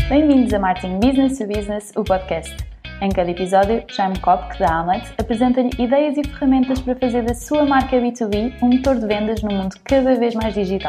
Bem-vindos a Marketing Business to Business, o podcast. Em cada episódio, Jaime Kopk, da Amlet, apresenta-lhe ideias e ferramentas para fazer da sua marca B2B um motor de vendas num mundo cada vez mais digital.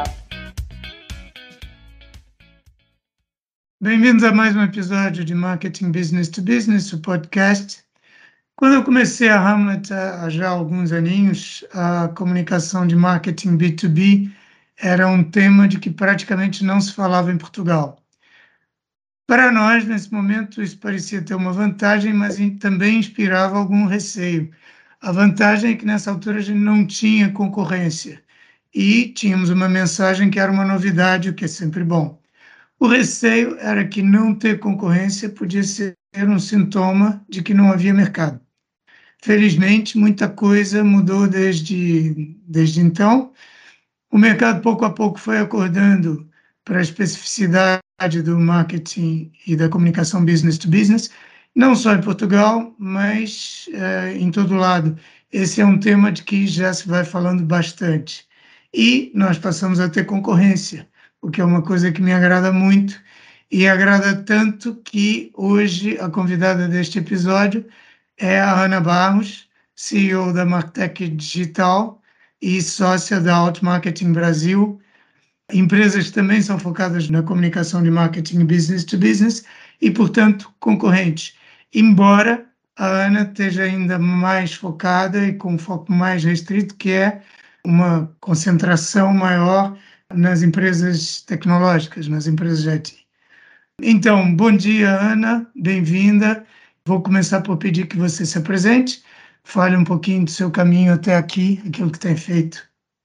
Bem-vindos a mais um episódio de Marketing Business to Business, o podcast. Quando eu comecei a Hamlet há já alguns aninhos, a comunicação de marketing B2B era um tema de que praticamente não se falava em Portugal. Para nós, nesse momento, isso parecia ter uma vantagem, mas também inspirava algum receio. A vantagem é que nessa altura a gente não tinha concorrência e tínhamos uma mensagem que era uma novidade, o que é sempre bom. O receio era que não ter concorrência podia ser um sintoma de que não havia mercado. Felizmente, muita coisa mudou desde então. O mercado, pouco a pouco, foi acordando para a especificidade do marketing e da comunicação business to business, não só em Portugal, mas em todo lado. Esse é um tema de que já se vai falando bastante. E nós passamos a ter concorrência, o que é uma coisa que me agrada muito, e agrada tanto que hoje a convidada deste episódio é a Ana Barros, CEO da Martech Digital e sócia da Outmarketing Brasil, empresas que também são focadas na comunicação de marketing business to business e, portanto, concorrentes. Embora a Ana esteja ainda mais focada e com um foco mais restrito, que é uma concentração maior nas empresas tecnológicas, nas empresas de IT. Então, bom dia, Ana, bem-vinda. Vou começar por pedir que você se apresente, fale um pouquinho do seu caminho até aqui, aquilo que tem feito.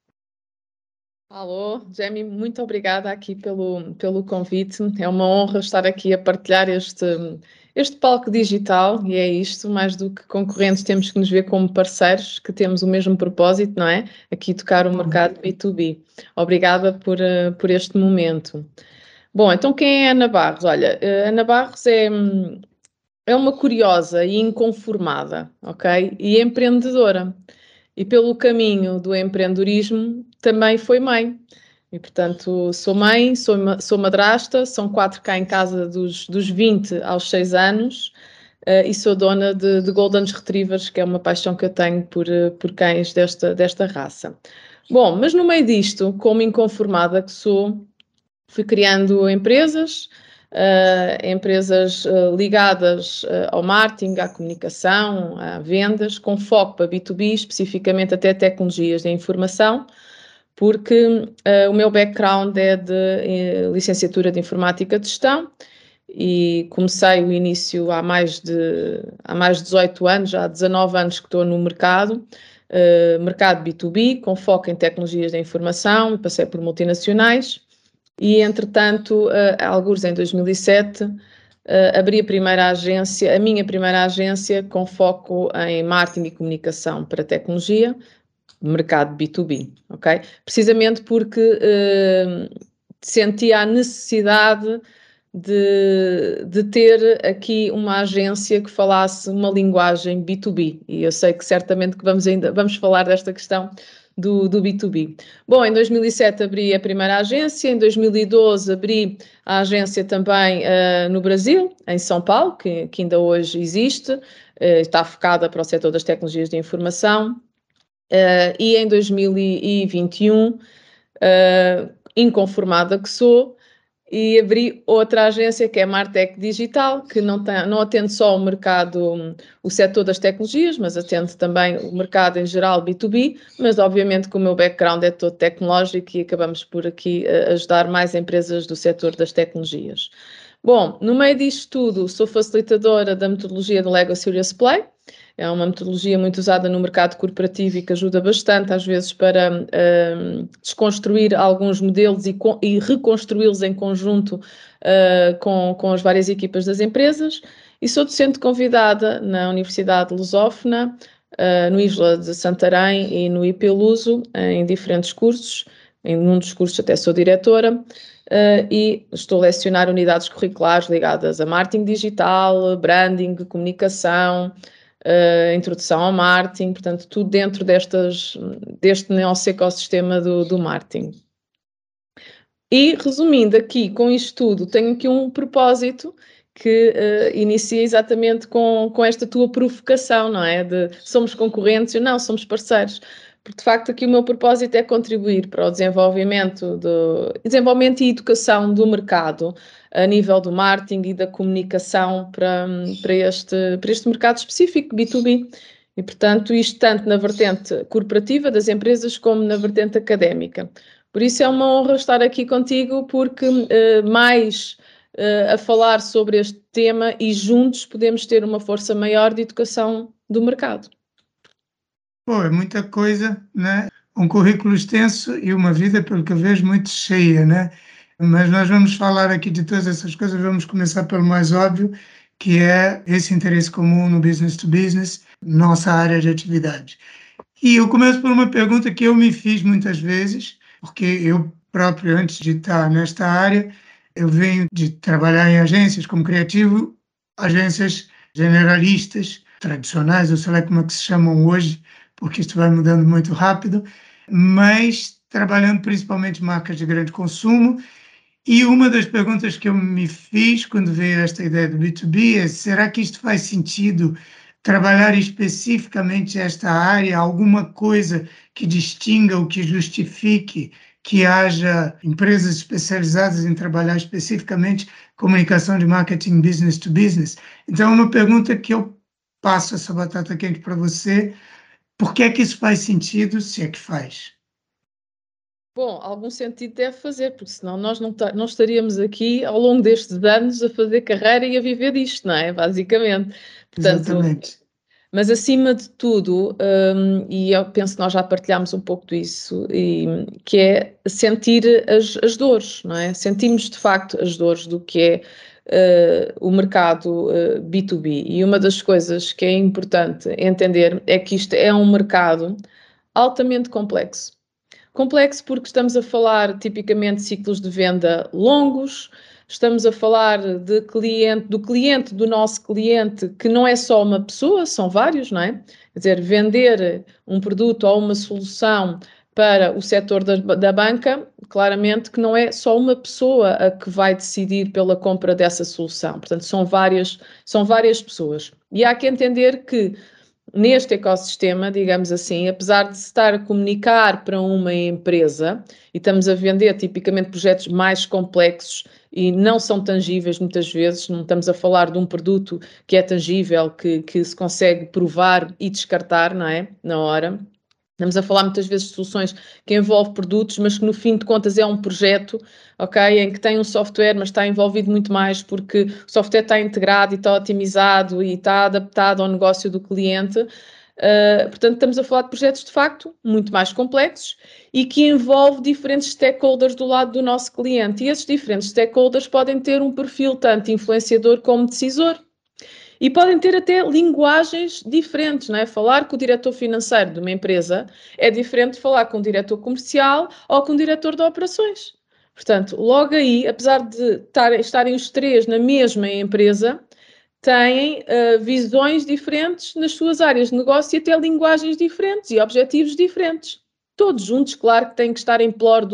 Alô, Jamie, muito obrigada aqui pelo convite. É uma honra estar aqui a partilhar este palco digital e é isto, mais do que concorrentes, temos que nos ver como parceiros, que temos o mesmo propósito, não é? Aqui tocar o mercado B2B. Obrigada por este momento. Bom, então quem é Ana Barros? Olha, Ana Barros é uma curiosa e inconformada, ok? E empreendedora. E pelo caminho do empreendedorismo também foi mãe. E, portanto, sou mãe, sou madrasta, são 4 cá em casa dos 20 aos 6 anos e sou dona de Golden Retrievers, que é uma paixão que eu tenho por cães desta raça. Bom, mas no meio disto, como inconformada que sou, fui criando empresas, ligadas ao marketing, à comunicação, a vendas, com foco para B2B, especificamente até tecnologias da informação, porque o meu background é de licenciatura de Informática de Gestão e comecei o início há mais de 18 anos, já há 19 anos que estou no mercado B2B, com foco em tecnologias da informação, passei por multinacionais. E, entretanto, algures em 2007, abri a minha primeira agência com foco em marketing e comunicação para tecnologia, mercado B2B, ok? Precisamente porque sentia a necessidade de ter aqui uma agência que falasse uma linguagem B2B, e eu sei que certamente que vamos falar desta questão do B2B. Bom, em 2007 abri a primeira agência, em 2012 abri a agência também no Brasil, em São Paulo, que ainda hoje existe, está focada para o setor das tecnologias de informação, e em 2021, inconformada que sou, e abri outra agência que é a Martech Digital, que não atende só o setor das tecnologias, mas atende também o mercado em geral B2B, mas obviamente que o meu background é todo tecnológico e acabamos por aqui ajudar mais empresas do setor das tecnologias. Bom, no meio disto tudo, sou facilitadora da metodologia do Lego Serious Play. É uma metodologia muito usada no mercado corporativo e que ajuda bastante, às vezes, para desconstruir alguns modelos e reconstruí-los em conjunto com as várias equipas das empresas. E sou docente convidada na Universidade Lusófona, no Isla de Santarém e no IP Luso, em diferentes cursos. Em um dos cursos até sou diretora. E estou a lecionar unidades curriculares ligadas a marketing digital, branding, comunicação, introdução ao marketing, portanto, tudo dentro deste nosso ecossistema do marketing. E, resumindo aqui, com isto tudo, tenho aqui um propósito que inicia exatamente com esta tua provocação, não é? De somos concorrentes, não, somos parceiros. Porque, de facto, aqui o meu propósito é contribuir para o desenvolvimento e educação do mercado a nível do marketing e da comunicação para este mercado específico, B2B. E, portanto, isto tanto na vertente corporativa das empresas como na vertente académica. Por isso é uma honra estar aqui contigo, porque a falar sobre este tema e juntos podemos ter uma força maior de educação do mercado. Pô, é muita coisa, né? Um currículo extenso e uma vida, pelo que eu vejo, muito cheia, né? Mas nós vamos falar aqui de todas essas coisas, vamos começar pelo mais óbvio, que é esse interesse comum no business to business, nossa área de atividade. E eu começo por uma pergunta que eu me fiz muitas vezes, porque eu próprio, antes de estar nesta área, eu venho de trabalhar em agências como criativo, agências generalistas, tradicionais, eu sei lá como é que se chamam hoje, porque isto vai mudando muito rápido, mas trabalhando principalmente em marcas de grande consumo. E uma das perguntas que eu me fiz quando veio esta ideia do B2B é: será que isto faz sentido trabalhar especificamente esta área, alguma coisa que distinga ou que justifique que haja empresas especializadas em trabalhar especificamente comunicação de marketing business to business? Então, é uma pergunta que eu passo essa batata quente para você. Por que é que isso faz sentido, se é que faz? Bom, algum sentido deve fazer, porque senão nós não estaríamos aqui ao longo destes anos a fazer carreira e a viver disto, não é? Basicamente. Portanto, Exatamente. mas acima de tudo, e eu penso que nós já partilhámos um pouco disso, que é sentir as dores, não é? Sentimos de facto as dores do que é o mercado B2B. E uma das coisas que é importante entender é que isto é um mercado altamente complexo. Complexo porque estamos a falar tipicamente de ciclos de venda longos, estamos a falar do nosso cliente, que não é só uma pessoa, são vários, não é? Quer dizer, vender um produto ou uma solução para o setor da banca, claramente que não é só uma pessoa a que vai decidir pela compra dessa solução. Portanto, são várias pessoas. E há que entender que neste ecossistema, digamos assim, apesar de se estar a comunicar para uma empresa e estamos a vender tipicamente projetos mais complexos e não são tangíveis muitas vezes, não estamos a falar de um produto que é tangível, que se consegue provar e descartar, não é? Na hora. Estamos a falar muitas vezes de soluções que envolvem produtos, mas que no fim de contas é um projeto, ok, em que tem um software, mas está envolvido muito mais porque o software está integrado e está otimizado e está adaptado ao negócio do cliente. Portanto, estamos a falar de projetos de facto muito mais complexos e que envolvem diferentes stakeholders do lado do nosso cliente. E esses diferentes stakeholders podem ter um perfil tanto influenciador como decisor. E podem ter até linguagens diferentes, não é? Falar com o diretor financeiro de uma empresa é diferente de falar com o diretor comercial ou com o diretor de operações. Portanto, logo aí, apesar de estarem os três na mesma empresa, têm visões diferentes nas suas áreas de negócio e até linguagens diferentes e objetivos diferentes. Todos juntos, claro que têm que estar em plor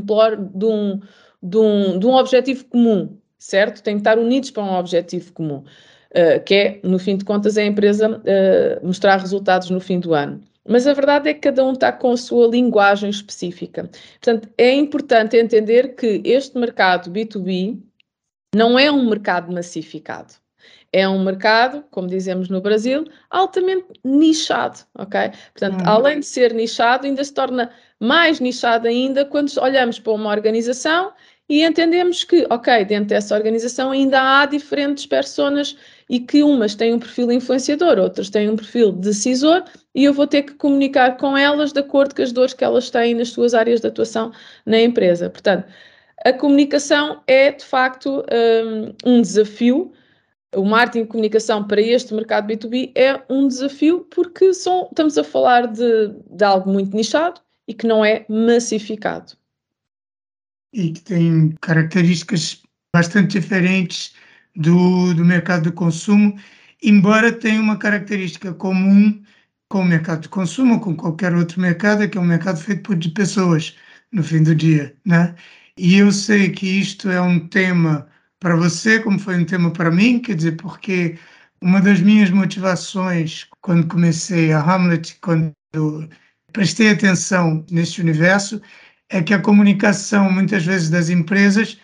de um objetivo comum, certo? Têm que estar unidos para um objetivo comum. Que é, no fim de contas, é a empresa mostrar resultados no fim do ano. Mas a verdade é que cada um está com a sua linguagem específica. Portanto, é importante entender que este mercado B2B não é um mercado massificado. É um mercado, como dizemos no Brasil, altamente nichado, ok? Portanto, além de ser nichado, ainda se torna mais nichado ainda quando olhamos para uma organização e entendemos que, ok, dentro dessa organização ainda há diferentes personas e que umas têm um perfil influenciador, outras têm um perfil decisor e eu vou ter que comunicar com elas de acordo com as dores que elas têm nas suas áreas de atuação na empresa. Portanto, a comunicação é, de facto, um desafio. O marketing de comunicação para este mercado B2B é um desafio porque estamos a falar de algo muito nichado e que não é massificado. E que tem características bastante diferentes do mercado de consumo, embora tenha uma característica comum com o mercado de consumo, com qualquer outro mercado, que é um mercado feito por de pessoas, no fim do dia, né? E eu sei que isto é um tema para você, como foi um tema para mim, quer dizer, porque uma das minhas motivações quando comecei a Hamlet, quando prestei atenção nesse universo, é que a comunicação, muitas vezes, das empresas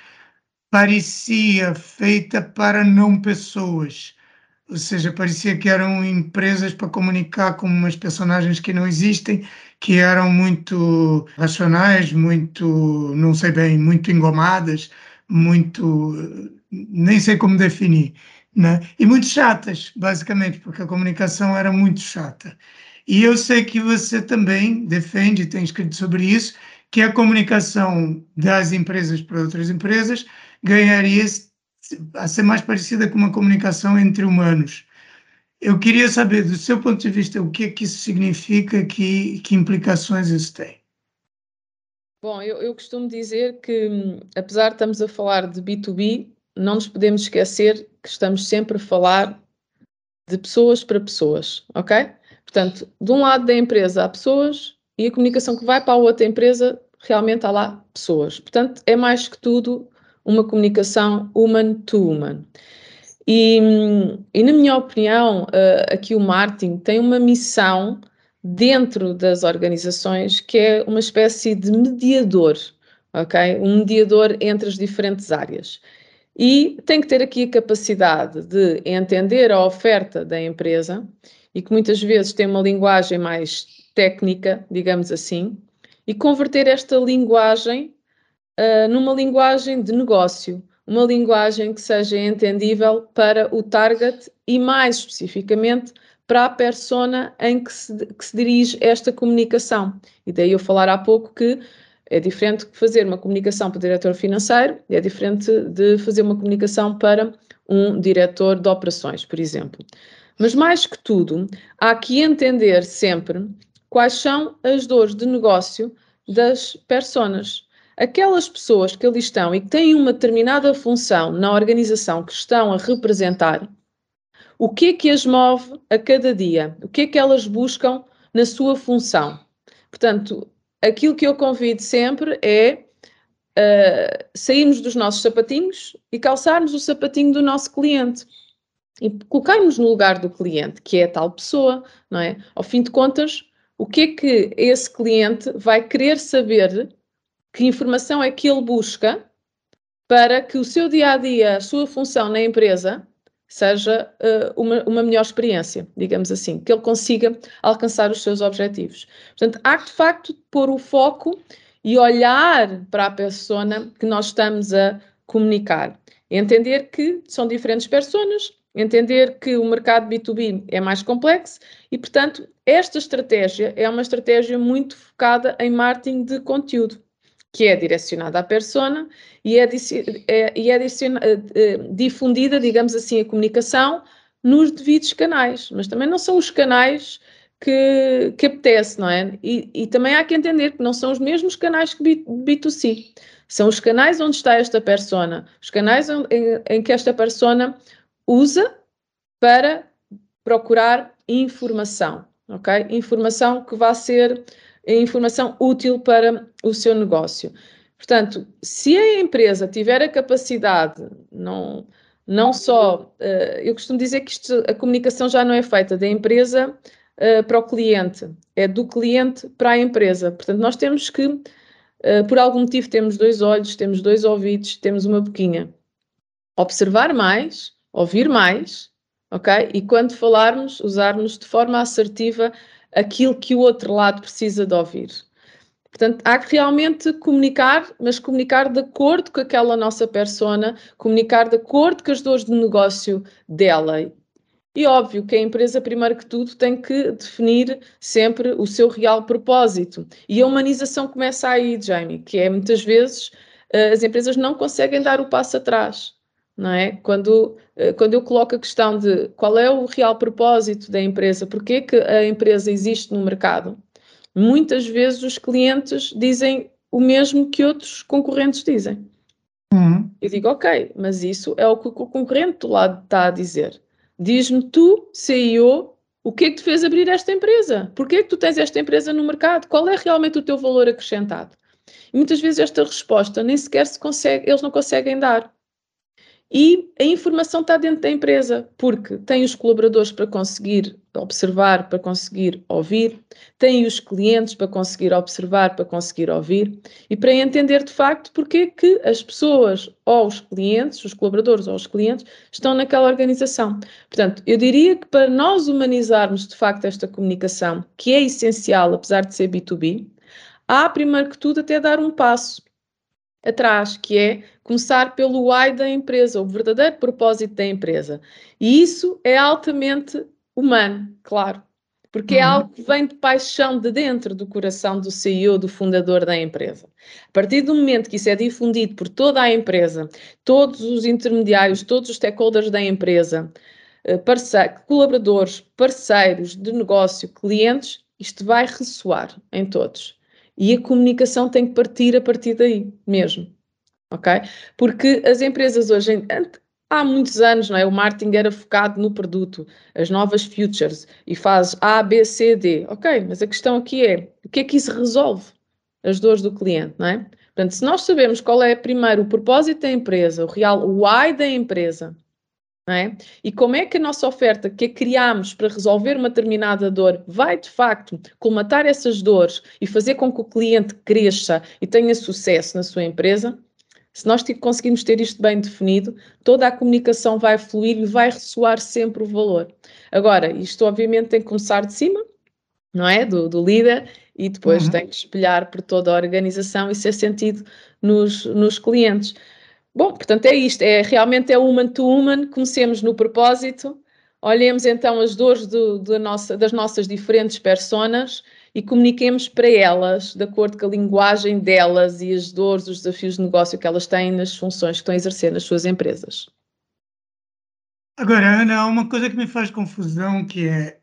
parecia feita para não pessoas. Ou seja, parecia que eram empresas para comunicar com umas personagens que não existem, que eram muito racionais, muito, não sei bem, muito engomadas, muito, nem sei como definir, né? E muito chatas, basicamente, porque a comunicação era muito chata. E eu sei que você também defende, tem escrito sobre isso, que a comunicação das empresas para outras empresas ganharia a ser mais parecida com uma comunicação entre humanos. Eu queria saber, do seu ponto de vista, o que é que isso significa, que implicações isso tem? Bom, eu costumo dizer que, apesar de estamos a falar de B2B, não nos podemos esquecer que estamos sempre a falar de pessoas para pessoas, ok? Portanto, de um lado da empresa há pessoas e a comunicação que vai para a outra empresa, realmente há lá pessoas. Portanto, é mais que tudo uma comunicação human to human. E na minha opinião, aqui o marketing tem uma missão dentro das organizações que é uma espécie de mediador, ok? Um mediador entre as diferentes áreas. E tem que ter aqui a capacidade de entender a oferta da empresa e que muitas vezes tem uma linguagem mais técnica, digamos assim, e converter esta linguagem numa linguagem de negócio, uma linguagem que seja entendível para o target e, mais especificamente, para a persona em que se dirige esta comunicação. E daí eu falar há pouco que é diferente de fazer uma comunicação para o diretor financeiro, é diferente de fazer uma comunicação para um diretor de operações, por exemplo. Mas mais que tudo, há que entender sempre quais são as dores de negócio das personas. Aquelas pessoas que ali estão e que têm uma determinada função na organização que estão a representar, o que é que as move a cada dia? O que é que elas buscam na sua função? Portanto, aquilo que eu convido sempre é sairmos dos nossos sapatinhos e calçarmos o sapatinho do nosso cliente. E colocarmos no lugar do cliente, que é a tal pessoa, não é? Ao fim de contas, o que é que esse cliente vai querer saber, que informação é que ele busca para que o seu dia-a-dia, a sua função na empresa, seja uma melhor experiência, digamos assim, que ele consiga alcançar os seus objetivos. Portanto, há que de facto pôr o foco e olhar para a persona que nós estamos a comunicar. Entender que são diferentes personas, entender que o mercado B2B é mais complexo e, portanto, esta estratégia é uma estratégia muito focada em marketing de conteúdo, que é direcionada à persona e difundida, digamos assim, a comunicação nos devidos canais, mas também não são os canais que apetece, não é? E também há que entender que não são os mesmos canais que B2C. São os canais onde está esta persona, os canais em que esta persona usa para procurar informação, ok? Informação que vá ser informação útil para o seu negócio. Portanto, se a empresa tiver a capacidade, não só, eu costumo dizer que a comunicação já não é feita da empresa para o cliente, é do cliente para a empresa. Portanto, nós temos que, por algum motivo, temos 2 olhos, temos 2 ouvidos, temos uma boquinha. Observar mais, ouvir mais, ok? E quando falarmos, usarmos de forma assertiva aquilo que o outro lado precisa de ouvir. Portanto, há que realmente comunicar, mas comunicar de acordo com aquela nossa persona, comunicar de acordo com as dores de negócio dela. E óbvio que a empresa, primeiro que tudo, tem que definir sempre o seu real propósito. E a humanização começa aí, Jamie, que é muitas vezes as empresas não conseguem dar o passo atrás. Não é? Quando eu coloco a questão de qual é o real propósito da empresa, porque é que a empresa existe no mercado, muitas vezes os clientes dizem o mesmo que outros concorrentes dizem. Eu digo, ok, mas isso é o que o concorrente do lado está a dizer. Diz-me tu, CEO, o que é que te fez abrir esta empresa? Porquê é que tu tens esta empresa no mercado? Qual é realmente o teu valor acrescentado? E muitas vezes esta resposta nem sequer eles não conseguem dar. E a informação está dentro da empresa, porque tem os colaboradores para conseguir observar, para conseguir ouvir, tem os clientes para conseguir observar, para conseguir ouvir, e para entender de facto porque é que as pessoas ou os clientes, os colaboradores ou os clientes, estão naquela organização. Portanto, eu diria que para nós humanizarmos de facto esta comunicação, que é essencial, apesar de ser B2B, há primeiro que tudo até dar um passo atrás, que é começar pelo why da empresa, o verdadeiro propósito da empresa. E isso é altamente humano, claro, porque é algo que vem de paixão de dentro do coração do CEO, do fundador da empresa. A partir do momento que isso é difundido por toda a empresa, todos os intermediários, todos os stakeholders da empresa, colaboradores, parceiros de negócio, clientes, isto vai ressoar em todos. E a comunicação tem que partir a partir daí mesmo, ok? Porque as empresas hoje, há muitos anos, não é? O marketing era focado no produto, as novas features, e faz A, B, C, D. Ok, mas a questão aqui é, o que é que isso resolve? As dores do cliente, não é? Portanto, se nós sabemos qual é primeiro o propósito da empresa, o why da empresa, não é? E como é que a nossa oferta que criamos para resolver uma determinada dor vai, de facto, colmatar essas dores e fazer com que o cliente cresça e tenha sucesso na sua empresa, se nós conseguirmos ter isto bem definido, toda a comunicação vai fluir e vai ressoar sempre o valor. Agora, isto obviamente tem que começar de cima, não é? Do líder, e depois tem que espelhar por toda a organização e ser sentido nos clientes. Bom, portanto é isto, realmente é human to human, comecemos no propósito, olhemos então as dores das nossas diferentes personas e comuniquemos para elas, de acordo com a linguagem delas e as dores, os desafios de negócio que elas têm nas funções que estão a exercer nas suas empresas. Agora, Ana, há uma coisa que me faz confusão, que é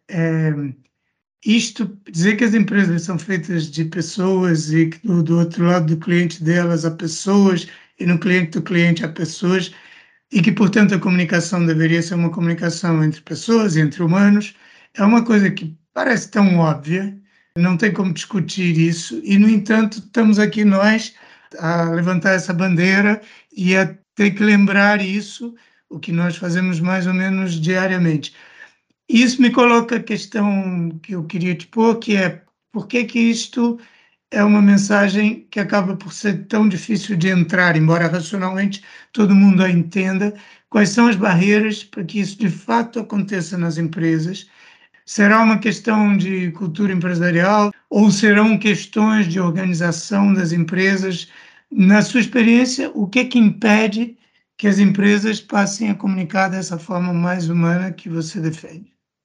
isto, dizer que as empresas são feitas de pessoas e que do outro lado do cliente delas há pessoas e no cliente do cliente há pessoas e que, portanto, a comunicação deveria ser uma comunicação entre pessoas, entre humanos, é uma coisa que parece tão óbvia, não tem como discutir isso e, no entanto, estamos aqui nós a levantar essa bandeira e a ter que lembrar isso, o que nós fazemos mais ou menos diariamente. Isso me coloca a questão que eu queria te pôr, que é por que isto é uma mensagem que acaba por ser tão difícil de entrar, embora racionalmente todo mundo a entenda. Quais são as barreiras para que isso de fato aconteça nas empresas? Será uma questão de cultura empresarial ou serão questões de organização das empresas? Na sua experiência, o que é que impede que as empresas passem a comunicar dessa forma mais humana que você defende?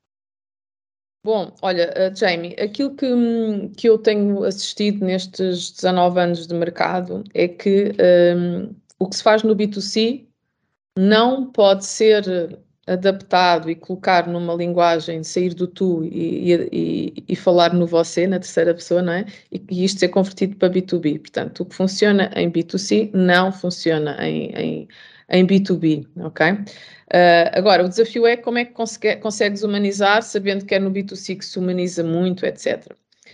Bom, olha, Jamie, aquilo que eu tenho assistido nestes 19 anos de mercado é que o que se faz no B2C não pode ser adaptado e colocar numa linguagem, sair do tu e falar no você, na terceira pessoa, não é? E isto ser convertido para B2B. Portanto, o que funciona em B2C não funciona em B2B, ok? Agora, o desafio é como é que consegues humanizar, sabendo que é no B2C que se humaniza muito, etc.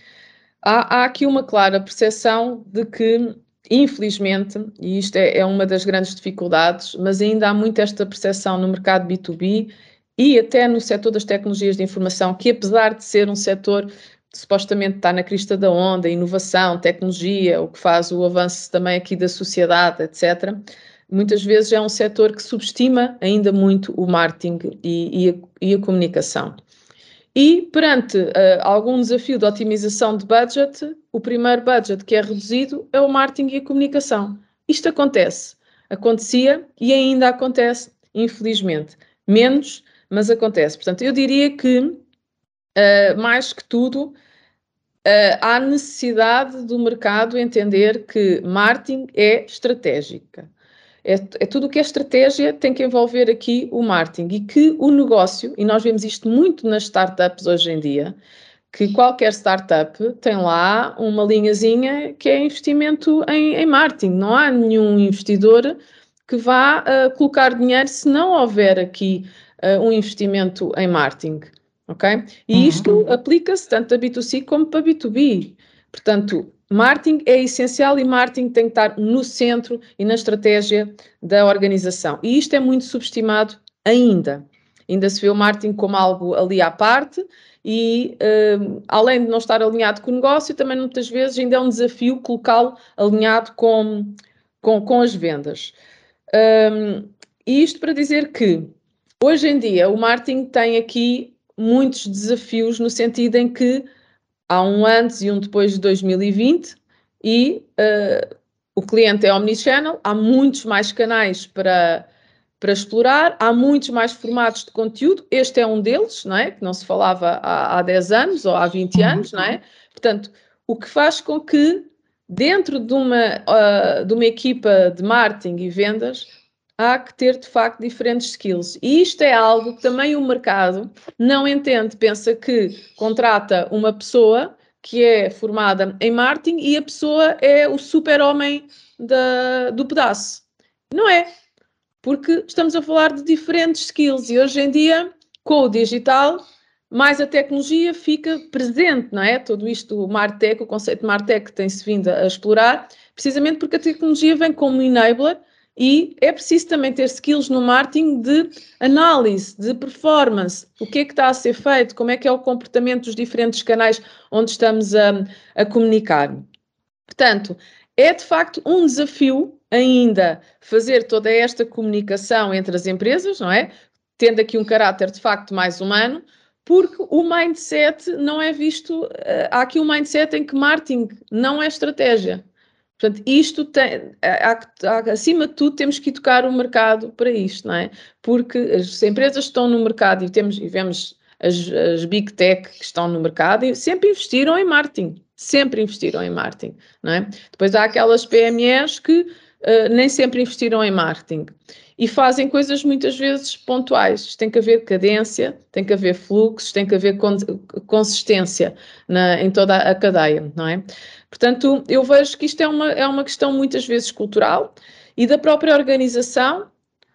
Há aqui uma clara percepção de que, infelizmente, e isto é uma das grandes dificuldades, mas ainda há muito esta percepção no mercado B2B e até no setor das tecnologias de informação, que apesar de ser um setor que supostamente está na crista da onda, inovação, tecnologia, o que faz o avanço também aqui da sociedade, etc., muitas vezes é um setor que subestima ainda muito o marketing e a comunicação. E perante algum desafio de otimização de budget, o primeiro budget que é reduzido é o marketing e a comunicação. Isto acontecia e ainda acontece, infelizmente. Menos, mas acontece. Portanto, eu diria que, mais que tudo, há necessidade do mercado entender que marketing é estratégica. É tudo o que é estratégia tem que envolver aqui o marketing e que o negócio, e nós vemos isto muito nas startups hoje em dia, que qualquer startup tem lá uma linhazinha que é investimento em marketing. Não há nenhum investidor que vá colocar dinheiro se não houver aqui um investimento em marketing, ok? E isto aplica-se tanto a B2C como para B2B. Portanto, marketing é essencial e marketing tem que estar no centro e na estratégia da organização. E isto é muito subestimado ainda. Ainda se vê o marketing como algo ali à parte e, além de não estar alinhado com o negócio, também muitas vezes ainda é um desafio colocá-lo alinhado com as vendas. E isto para dizer que, hoje em dia, o marketing tem aqui muitos desafios no sentido em que há um antes e um depois de 2020 e o cliente é omnichannel, há muitos mais canais para explorar, há muitos mais formatos de conteúdo, este é um deles, não é? Que não se falava há 10 anos ou há 20 anos, não é? Portanto, o que faz com que dentro de uma equipa de marketing e vendas há que ter, de facto, diferentes skills. E isto é algo que também o mercado não entende. Pensa que contrata uma pessoa que é formada em marketing e a pessoa é o super-homem do pedaço. Não é. Porque estamos a falar de diferentes skills e hoje em dia, com o digital, mais a tecnologia fica presente, não é? Tudo isto, o Martech, o conceito de Martech tem-se vindo a explorar, precisamente porque a tecnologia vem como enabler e é preciso também ter skills no marketing de análise, de performance, o que é que está a ser feito, como é que é o comportamento dos diferentes canais onde estamos a comunicar. Portanto, é de facto um desafio ainda fazer toda esta comunicação entre as empresas, não é? Tendo aqui um caráter de facto mais humano, porque o mindset não é visto, há aqui um mindset em que marketing não é estratégia. Portanto, isto tem, acima de tudo, temos que educar o mercado para isto, não é? Porque as empresas estão no mercado e vemos as Big Tech que estão no mercado e sempre investiram em marketing. Sempre investiram em marketing, não é? Depois há aquelas PMEs que nem sempre investiram em marketing e fazem coisas muitas vezes pontuais. Tem que haver cadência, tem que haver fluxos, tem que haver consistência em toda a cadeia, não é? Portanto, eu vejo que isto é uma questão muitas vezes cultural e da própria organização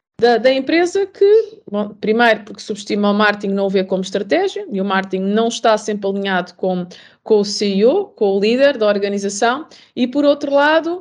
da empresa que, bom, primeiro porque subestima o marketing, não o vê como estratégia e o marketing não está sempre alinhado com o CEO, com o líder da organização e por outro lado,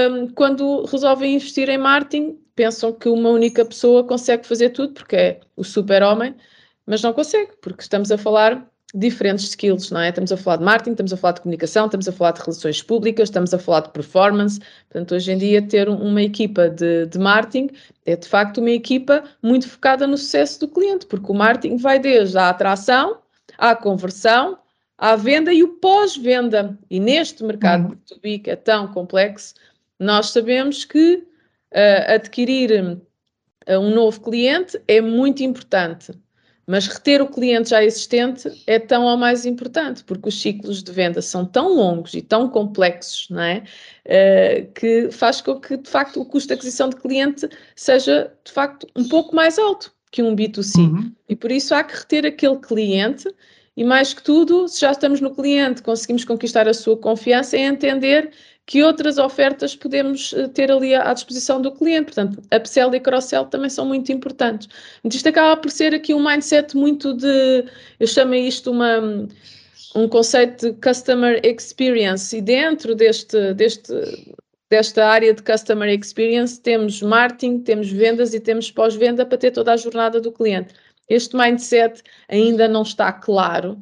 quando resolvem investir em marketing, pensam que uma única pessoa consegue fazer tudo porque é o super-homem, mas não consegue, porque estamos a falar diferentes skills, não é? Estamos a falar de marketing, estamos a falar de comunicação, estamos a falar de relações públicas, estamos a falar de performance. Portanto, hoje em dia, ter uma equipa de marketing é, de facto, uma equipa muito focada no sucesso do cliente, porque o marketing vai desde a atração, à conversão, à venda e o pós-venda. E neste mercado B2B, que é tão complexo, nós sabemos que adquirir um novo cliente é muito importante. Mas reter o cliente já existente é tão ou mais importante, porque os ciclos de venda são tão longos e tão complexos, não é? Que faz com que, de facto, o custo de aquisição de cliente seja, de facto, um pouco mais alto que um B2C. E por isso há que reter aquele cliente e, mais que tudo, se já estamos no cliente, conseguimos conquistar a sua confiança e entender que outras ofertas podemos ter ali à disposição do cliente. Portanto, upsell e cross-sell também são muito importantes. Então, isto acaba por ser aqui um mindset muito eu chamo isto um conceito de customer experience e dentro desta área de customer experience temos marketing, temos vendas e temos pós-venda para ter toda a jornada do cliente. Este mindset ainda não está claro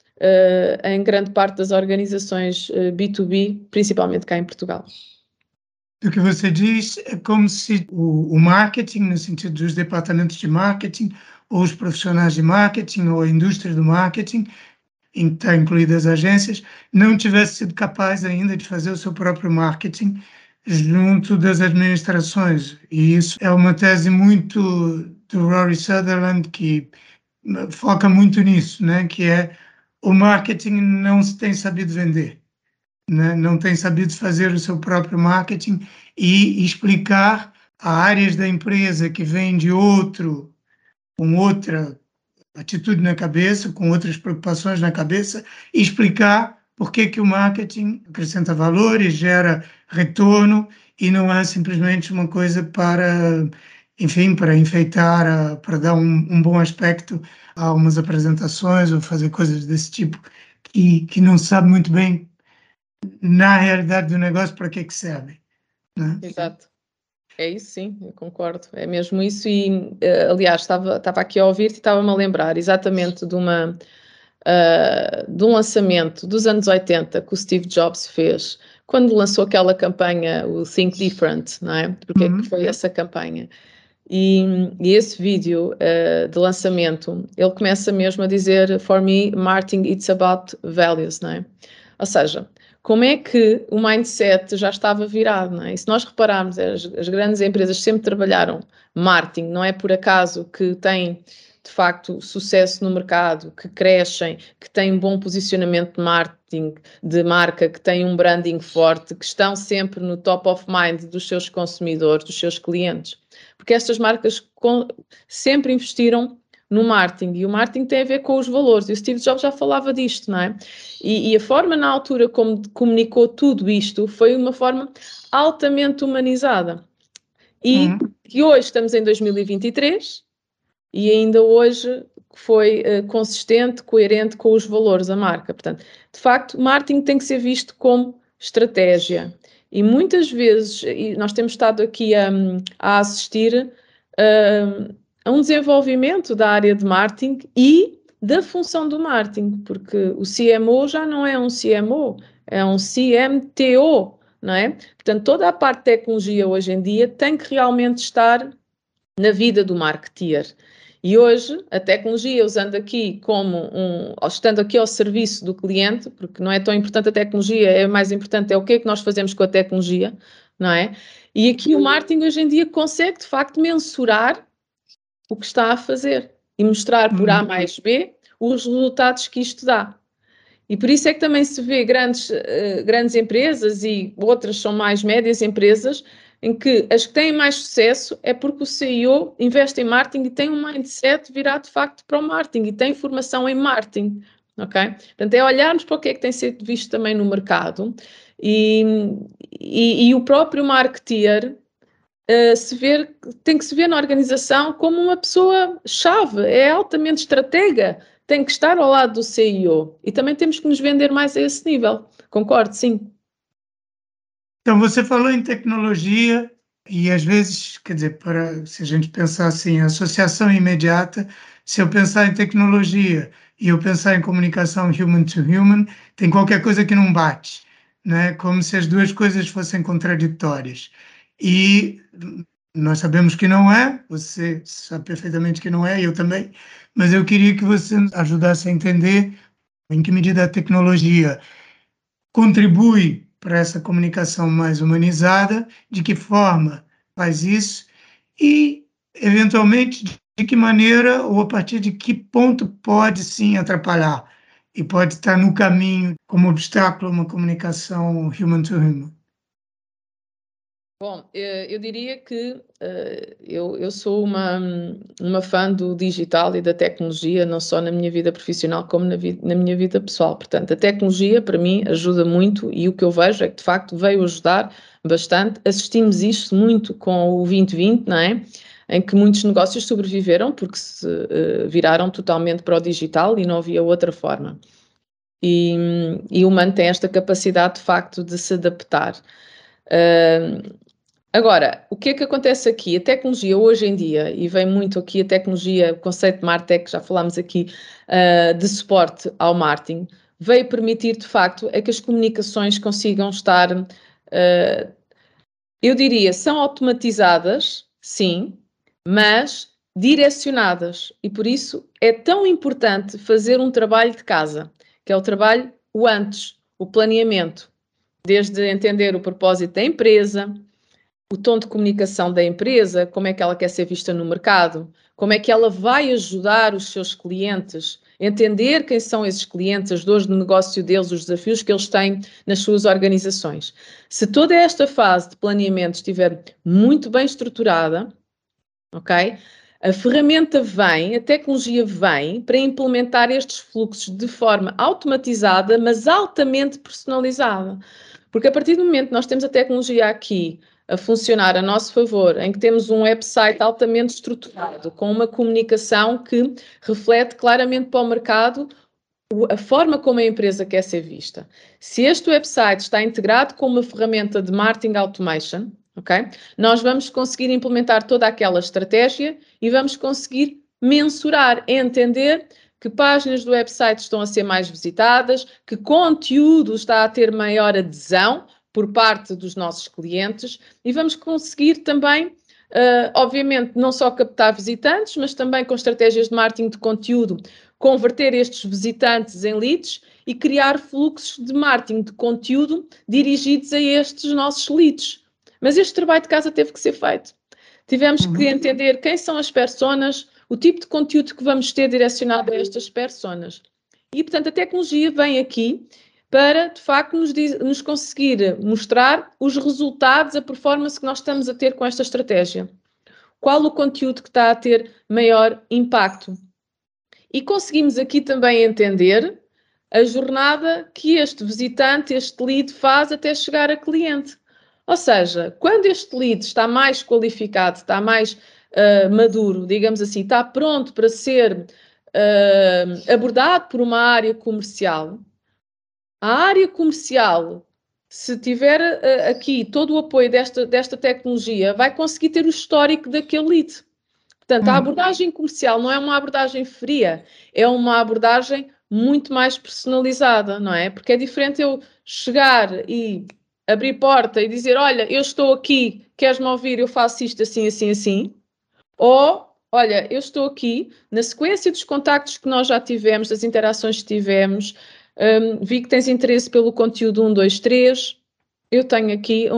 em grande parte das organizações B2B, principalmente cá em Portugal. O que você diz é como se o marketing, no sentido dos departamentos de marketing, ou os profissionais de marketing, ou a indústria do marketing, em que está incluídas as agências, não tivesse sido capaz ainda de fazer o seu próprio marketing junto das administrações. E isso é uma tese muito do Rory Sutherland, que foca muito nisso, né? Que é o marketing não se tem sabido vender, né? Não tem sabido fazer o seu próprio marketing e explicar a áreas da empresa que vêm de com outra atitude na cabeça, com outras preocupações na cabeça, e explicar por que o marketing acrescenta valor e gera retorno e não é simplesmente uma coisa para, enfim, para enfeitar, para dar um bom aspecto a umas apresentações ou fazer coisas desse tipo que não se sabe muito bem na realidade do negócio, para que serve, né? Exato. É isso, sim, eu concordo. É mesmo isso e, aliás, estava aqui a ouvir-te e estava-me a lembrar exatamente de um lançamento dos anos 80 que o Steve Jobs fez, quando lançou aquela campanha, o Think Different, não é? Porque é que foi essa campanha? E esse vídeo de lançamento, ele começa mesmo a dizer: For me, marketing, it's about values, não é? Ou seja, como é que o mindset já estava virado, não é? E se nós repararmos, as grandes empresas sempre trabalharam marketing, não é por acaso que têm, de facto, sucesso no mercado, que crescem, que têm um bom posicionamento de marketing, de marca, que têm um branding forte, que estão sempre no top of mind dos seus consumidores, dos seus clientes. Porque estas marcas sempre investiram no marketing, e o marketing tem a ver com os valores, e o Steve Jobs já falava disto, não é? E a forma na altura como comunicou tudo isto foi uma forma altamente humanizada. E que hoje estamos em 2023 e ainda hoje foi consistente, coerente com os valores da marca. Portanto, de facto, marketing tem que ser visto como estratégia. E muitas vezes, e nós temos estado aqui a assistir a um desenvolvimento da área de marketing e da função do marketing, porque o CMO já não é um CMO, é um CMTO, não é? Portanto, toda a parte de tecnologia hoje em dia tem que realmente estar na vida do marketeer. E hoje, a tecnologia, usando aqui estando aqui ao serviço do cliente, porque não é tão importante a tecnologia, é mais importante é o que é que nós fazemos com a tecnologia, não é? E aqui o marketing hoje em dia consegue, de facto, mensurar o que está a fazer e mostrar por A mais B os resultados que isto dá. E por isso é que também se vê grandes empresas e outras são mais médias empresas, em que as que têm mais sucesso é porque o CEO investe em marketing e tem um mindset virado de facto para o marketing e tem formação em marketing, ok? Portanto, é olharmos para o que é que tem sido visto também no mercado e o próprio marketeer tem que se ver na organização como uma pessoa-chave, é altamente estratega, tem que estar ao lado do CEO e também temos que nos vender mais a esse nível. Concordo, sim. Então, você falou em tecnologia e às vezes, quer dizer, se a gente pensar assim, a associação imediata, se eu pensar em tecnologia e eu pensar em comunicação human to human, tem qualquer coisa que não bate, né? Como se as duas coisas fossem contraditórias. E nós sabemos que não é, você sabe perfeitamente que não é, eu também, mas eu queria que você ajudasse a entender em que medida a tecnologia contribui para essa comunicação mais humanizada, de que forma faz isso e, eventualmente, de que maneira ou a partir de que ponto pode sim atrapalhar e pode estar no caminho como obstáculo a uma comunicação human to human. Bom, eu diria que eu sou uma fã do digital e da tecnologia, não só na minha vida profissional, como na minha vida pessoal. Portanto, a tecnologia, para mim, ajuda muito e o que eu vejo é que, de facto, veio ajudar bastante. Assistimos isto muito com o 2020, não é? Em que muitos negócios sobreviveram porque se viraram totalmente para o digital e não havia outra forma. E o humano tem esta capacidade, de facto, de se adaptar. Agora, o que é que acontece aqui? A tecnologia hoje em dia, e vem muito aqui a tecnologia, o conceito de Martech, já falámos aqui, de suporte ao marketing, veio permitir, de facto, é que as comunicações consigam estar, eu diria, são automatizadas, sim, mas direcionadas. E por isso é tão importante fazer um trabalho de casa, que é o trabalho, o antes, o planeamento, desde entender o propósito da empresa, o tom de comunicação da empresa, como é que ela quer ser vista no mercado, como é que ela vai ajudar os seus clientes, entender quem são esses clientes, as dores de negócio deles, os desafios que eles têm nas suas organizações. Se toda esta fase de planeamento estiver muito bem estruturada, ok? A ferramenta vem, a tecnologia vem para implementar estes fluxos de forma automatizada, mas altamente personalizada. Porque a partir do momento que nós temos a tecnologia aqui a funcionar a nosso favor, em que temos um website altamente estruturado, com uma comunicação que reflete claramente para o mercado a forma como a empresa quer ser vista. Se este website está integrado com uma ferramenta de marketing automation, ok? Nós vamos conseguir implementar toda aquela estratégia e vamos conseguir mensurar, entender que páginas do website estão a ser mais visitadas, que conteúdo está a ter maior adesão por parte dos nossos clientes e vamos conseguir também, obviamente, não só captar visitantes, mas também com estratégias de marketing de conteúdo, converter estes visitantes em leads e criar fluxos de marketing de conteúdo dirigidos a estes nossos leads. Mas este trabalho de casa teve que ser feito. Tivemos que entender quem são as personas, o tipo de conteúdo que vamos ter direcionado a estas personas. E, portanto, a tecnologia vem aqui para, de facto, nos conseguir mostrar os resultados, a performance que nós estamos a ter com esta estratégia. Qual o conteúdo que está a ter maior impacto? E conseguimos aqui também entender a jornada que este visitante, este lead, faz até chegar a cliente. Ou seja, quando este lead está mais qualificado, está mais maduro, digamos assim, está pronto para ser abordado por uma área comercial, a área comercial, se tiver aqui todo o apoio desta tecnologia, vai conseguir ter o histórico daquele lead. Portanto, a abordagem comercial não é uma abordagem fria, é uma abordagem muito mais personalizada, não é? Porque é diferente eu chegar e abrir porta e dizer, olha, eu estou aqui, queres-me ouvir, eu faço isto assim, assim, assim. Ou, olha, eu estou aqui, na sequência dos contactos que nós já tivemos, das interações que tivemos, vi que tens interesse pelo conteúdo 1, 2, 3, eu tenho aqui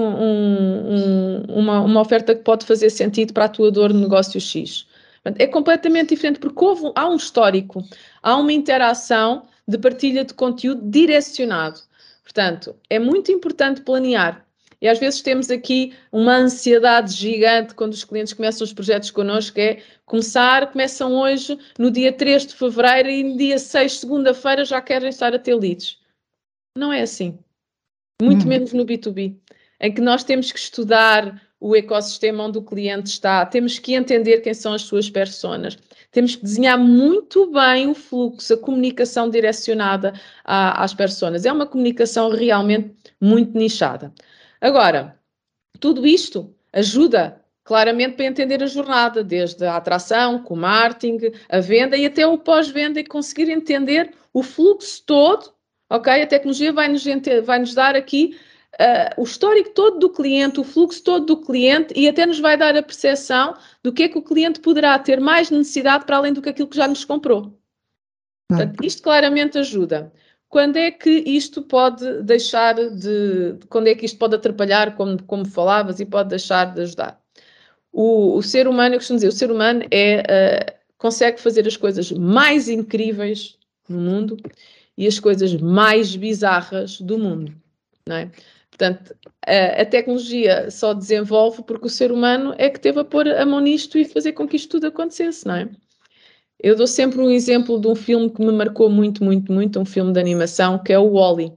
uma oferta que pode fazer sentido para a tua dor de negócio X. É completamente diferente, porque há um histórico, há uma interação de partilha de conteúdo direcionado. Portanto, é muito importante planear. E às vezes temos aqui uma ansiedade gigante quando os clientes começam os projetos connosco, que é começam hoje, no dia 3 de fevereiro, e no dia 6, segunda-feira, já querem estar a ter leads. Não é assim. Muito menos no B2B, em que nós temos que estudar o ecossistema onde o cliente está, temos que entender quem são as suas personas, temos que desenhar muito bem o fluxo, a comunicação direcionada às personas. É uma comunicação realmente muito nichada. Agora, tudo isto ajuda claramente para entender a jornada, desde a atração, com o marketing, a venda e até o pós-venda e conseguir entender o fluxo todo. Ok? A tecnologia vai-nos dar aqui o histórico todo do cliente, o fluxo todo do cliente e até nos vai dar a percepção do que é que o cliente poderá ter mais necessidade para além do que aquilo que já nos comprou. Portanto, isto claramente ajuda. Quando é que isto pode deixar quando é que isto pode atrapalhar, como falavas, e pode deixar de ajudar? O ser humano, eu costumo dizer, o ser humano consegue fazer as coisas mais incríveis no mundo e as coisas mais bizarras do mundo, não é? Portanto, a tecnologia só desenvolve porque o ser humano é que teve a pôr a mão nisto e fazer com que isto tudo acontecesse, não é? Eu dou sempre um exemplo de um filme que me marcou muito, muito, muito, um filme de animação, que é o Wall-E.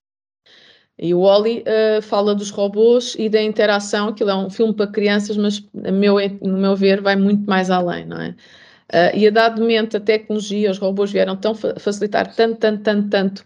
E o Wall-E fala dos robôs e da interação, aquilo é um filme para crianças, mas no meu ver vai muito mais além, não é? E a dado momento a tecnologia, os robôs vieram facilitar tanto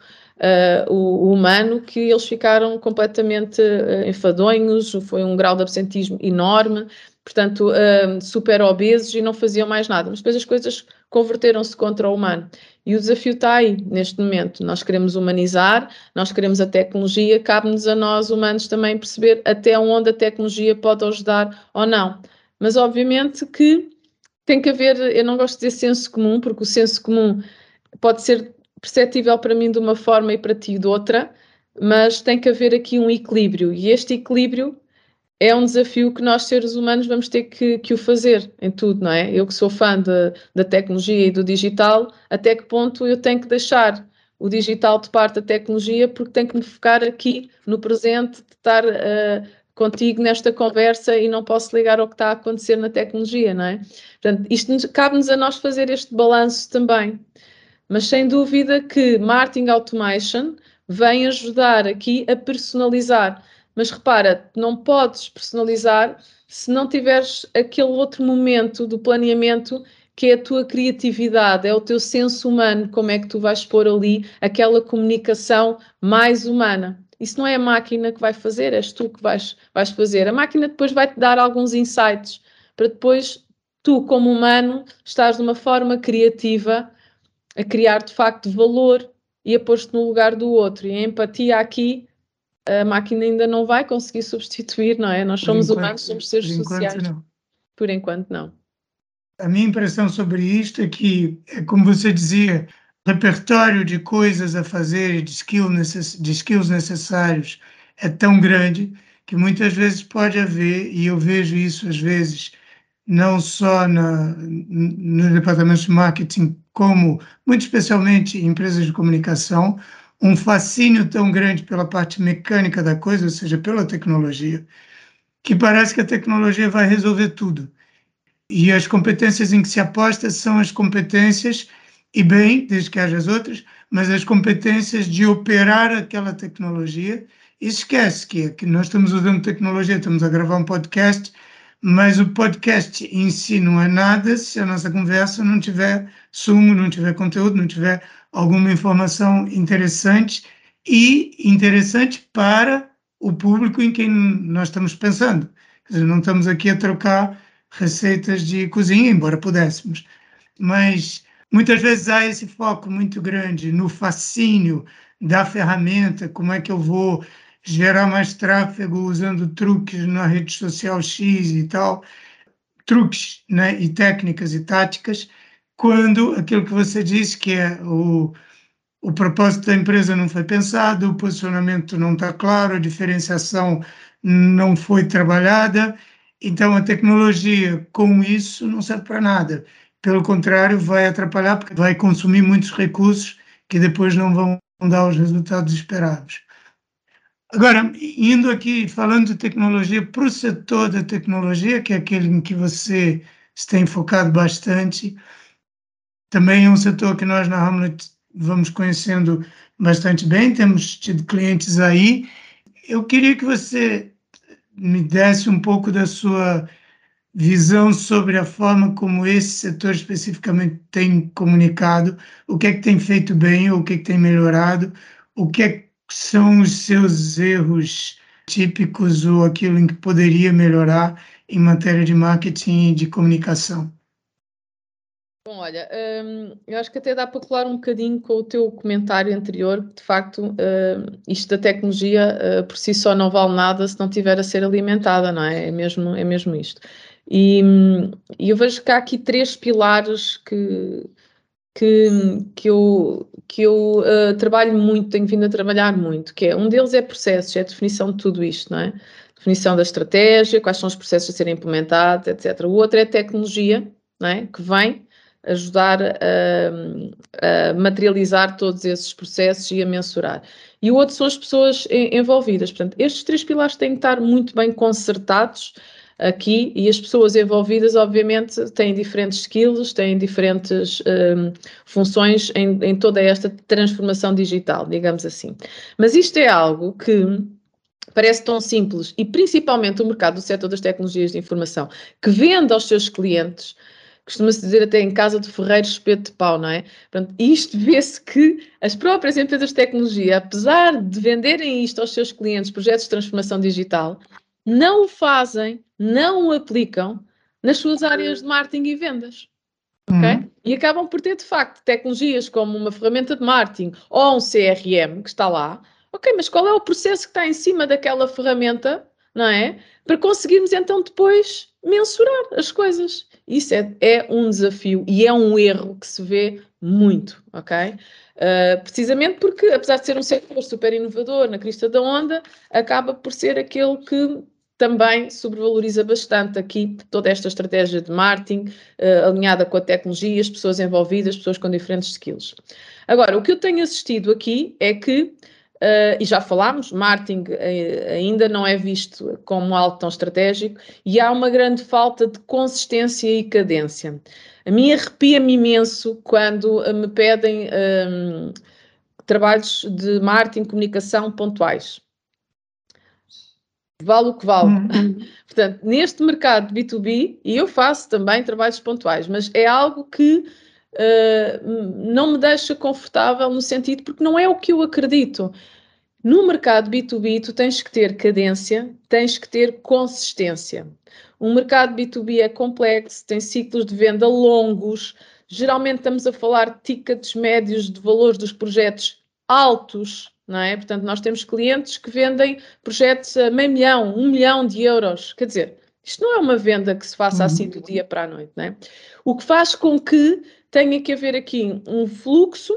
o humano que eles ficaram completamente enfadonhos, foi um grau de absentismo enorme, portanto super obesos e não faziam mais nada, mas depois as coisas converteram-se contra o humano. E o desafio está aí, neste momento. Nós queremos humanizar, nós queremos a tecnologia, cabe-nos a nós, humanos, também perceber até onde a tecnologia pode ajudar ou não. Mas, obviamente, que tem que haver, eu não gosto de dizer senso comum, porque o senso comum pode ser perceptível para mim de uma forma e para ti de outra, mas tem que haver aqui um equilíbrio. E este equilíbrio é um desafio que nós, seres humanos, vamos ter que o fazer em tudo, não é? Eu que sou fã da tecnologia e do digital, até que ponto eu tenho que deixar o digital de parte da tecnologia, porque tenho que me focar aqui no presente, de estar contigo nesta conversa e não posso ligar ao que está a acontecer na tecnologia, não é? Portanto, isto cabe-nos a nós fazer este balanço também. Mas sem dúvida que Marketing Automation vem ajudar aqui a personalizar. Mas repara, não podes personalizar se não tiveres aquele outro momento do planeamento que é a tua criatividade, é o teu senso humano, como é que tu vais pôr ali aquela comunicação mais humana. Isso não é a máquina que vai fazer, és tu que vais fazer. A máquina depois vai-te dar alguns insights, para depois tu, como humano, estás de uma forma criativa a criar, de facto, valor e a pôr-te no lugar do outro. E a empatia aqui, a máquina ainda não vai conseguir substituir, não é? Nós somos humanos, somos seres sociais. Não. Por enquanto, não. A minha impressão sobre isto é que, como você dizia, o repertório de coisas a fazer e de skills necessários é tão grande que muitas vezes pode haver, e eu vejo isso às vezes, não só no departamento de marketing, como muito especialmente em empresas de comunicação, um fascínio tão grande pela parte mecânica da coisa, ou seja, pela tecnologia, que parece que a tecnologia vai resolver tudo. E as competências em que se aposta são as competências, e bem, desde que haja as outras, mas as competências de operar aquela tecnologia. E esquece que nós estamos usando tecnologia, estamos a gravar um podcast, mas o podcast em si não é nada se a nossa conversa não tiver sumo, não tiver conteúdo, não tiver alguma informação interessante e interessante para o público em quem nós estamos pensando. Quer dizer, não estamos aqui a trocar receitas de cozinha, embora pudéssemos. Mas muitas vezes há esse foco muito grande no fascínio da ferramenta, como é que eu vou gerar mais tráfego usando truques na rede social X e tal, truques, né, e técnicas e táticas, quando aquilo que você disse, que é o propósito da empresa não foi pensado, o posicionamento não está claro, a diferenciação não foi trabalhada, então a tecnologia com isso não serve para nada. Pelo contrário, vai atrapalhar porque vai consumir muitos recursos que depois não vão dar os resultados esperados. Agora, indo aqui, falando de tecnologia, para o setor da tecnologia, que é aquele em que você se tem focado bastante, também é um setor que nós na Hamlet vamos conhecendo bastante bem, temos tido clientes aí. Eu queria que você me desse um pouco da sua visão sobre a forma como esse setor especificamente tem comunicado, o que é que tem feito bem, ou o que é que tem melhorado, o que é que são os seus erros típicos ou aquilo em que poderia melhorar em matéria de marketing e de comunicação. Bom, olha, eu acho que até dá para colar um bocadinho com o teu comentário anterior, de facto, isto da tecnologia por si só não vale nada se não tiver a ser alimentada, não é? É mesmo isto. E eu vejo que há aqui três pilares que eu trabalho muito, tenho vindo a trabalhar muito, que é, um deles é processos, é a definição de tudo isto, não é? Definição da estratégia, quais são os processos a serem implementados, etc. O outro é a tecnologia, não é? Que vem ajudar a materializar todos esses processos e a mensurar. E o outro são as pessoas envolvidas. Portanto, estes três pilares têm que estar muito bem concertados aqui, e as pessoas envolvidas, obviamente, têm diferentes skills, têm diferentes funções em toda esta transformação digital, digamos assim. Mas isto é algo que parece tão simples, e principalmente o mercado do setor das tecnologias de informação, que vende aos seus clientes, costuma-se dizer até em casa de ferreiro espeto de pau, não é? Portanto, isto vê-se que as próprias empresas de tecnologia, apesar de venderem isto aos seus clientes, projetos de transformação digital, não o fazem, não o aplicam nas suas áreas de marketing e vendas. Okay? E acabam por ter, de facto, tecnologias como uma ferramenta de marketing ou um CRM que está lá. Ok, mas qual é o processo que está em cima daquela ferramenta, não é? Para conseguirmos então depois mensurar as coisas. Isso é um desafio e é um erro que se vê muito, ok? Precisamente porque, apesar de ser um setor super inovador, na crista da onda, acaba por ser aquele que também sobrevaloriza bastante aqui toda esta estratégia de marketing, alinhada com a tecnologia, as pessoas envolvidas, pessoas com diferentes skills. Agora, o que eu tenho assistido aqui é que, e já falámos, marketing ainda não é visto como algo tão estratégico e há uma grande falta de consistência e cadência. A mim arrepia-me imenso quando me pedem trabalhos de marketing, comunicação pontuais. vale o que vale. Portanto, neste mercado B2B, e eu faço também trabalhos pontuais, mas é algo que não me deixa confortável no sentido, porque não é o que eu acredito. No mercado B2B, tu tens que ter cadência, tens que ter consistência. Um mercado B2B é complexo, tem ciclos de venda longos, geralmente estamos a falar de tickets médios de valores dos projetos altos, não é? Portanto, nós temos clientes que vendem projetos a €500.000, €1 milhão. Quer dizer, isto não é uma venda que se faça assim do dia para a noite, não é? O que faz com que tenha que haver aqui um fluxo,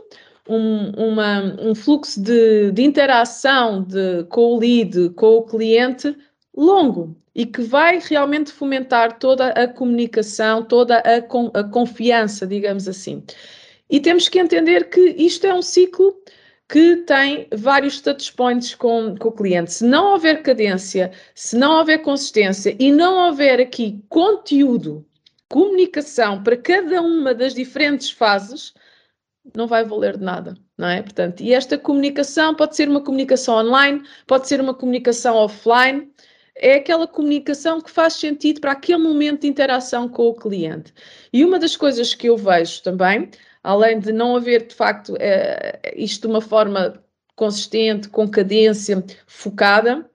um fluxo de interação com o lead, com o cliente longo e que vai realmente fomentar toda a comunicação, toda a confiança, digamos assim. E temos que entender que isto é um ciclo que tem vários touch points com o cliente. Se não houver cadência, se não houver consistência e não houver aqui conteúdo, comunicação para cada uma das diferentes fases, não vai valer de nada, não é? Portanto, e esta comunicação pode ser uma comunicação online, pode ser uma comunicação offline, é aquela comunicação que faz sentido para aquele momento de interação com o cliente. E uma das coisas que eu vejo também, além de não haver, de facto, isto de uma forma consistente, com cadência, focada,